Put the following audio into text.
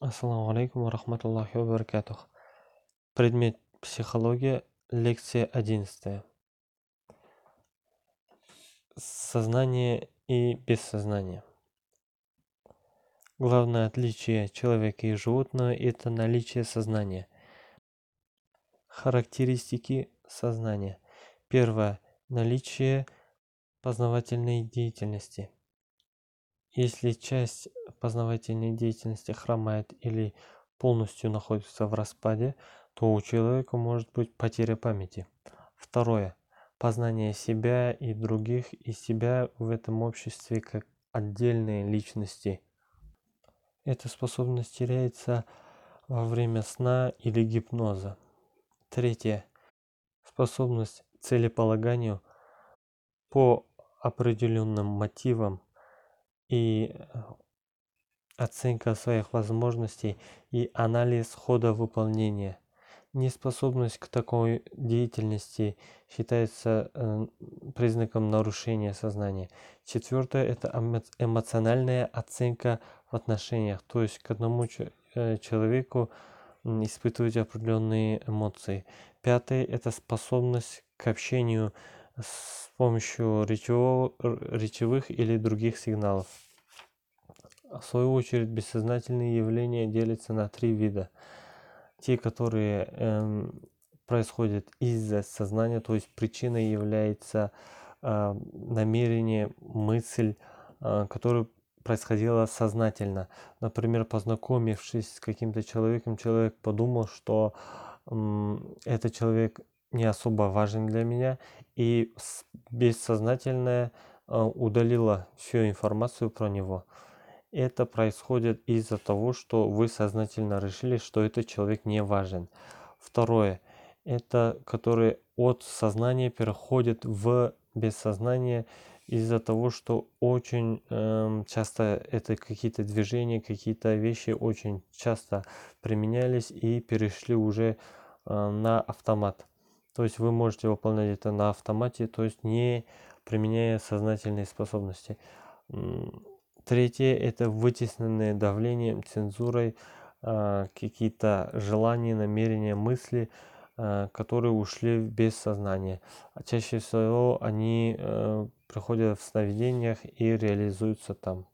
Ассаламу алейкум ва рахматуллахи ва баракатух. Предмет психология, лекция 11. Сознание и бессознание. Главное отличие человека и животного – это наличие сознания. Характеристики сознания. Первое. Наличие познавательной деятельности. Если часть познавательной деятельности хромает или полностью находится в распаде, то у человека может быть потеря памяти. Второе. Познание себя и других, и себя в этом обществе как отдельные личности. Эта способность теряется во время сна или гипноза. Третье. Способность к целеполаганию по определенным мотивам и оценка своих возможностей и анализ хода выполнения. Неспособность к такой деятельности считается признаком нарушения сознания. Четвертое – это эмоциональная оценка в отношениях, то есть к одному человеку испытывать определенные эмоции. Пятое – это способность к общению с помощью речевых или других сигналов. В свою очередь, бессознательные явления делятся на три вида. Те, которые происходят из-за сознания, то есть причиной является намерение, мысль, которая происходила сознательно. Например, познакомившись с каким-то человеком, человек подумал, что этот человек не особо важен для меня, и бессознательное удалило всю информацию про него. Это происходит из-за того, что вы сознательно решили, что этот человек не важен. Второе. Это который от сознания переходит в бессознание из-за того, что очень часто это какие-то движения, какие-то вещи очень часто применялись и перешли уже на автомат. То есть вы можете выполнять это на автомате, то есть не применяя сознательные способности. Третье – это вытесненное давлением, цензурой, какие-то желания, намерения, мысли, которые ушли в бессознание. А чаще всего они приходят в сновидениях и реализуются там.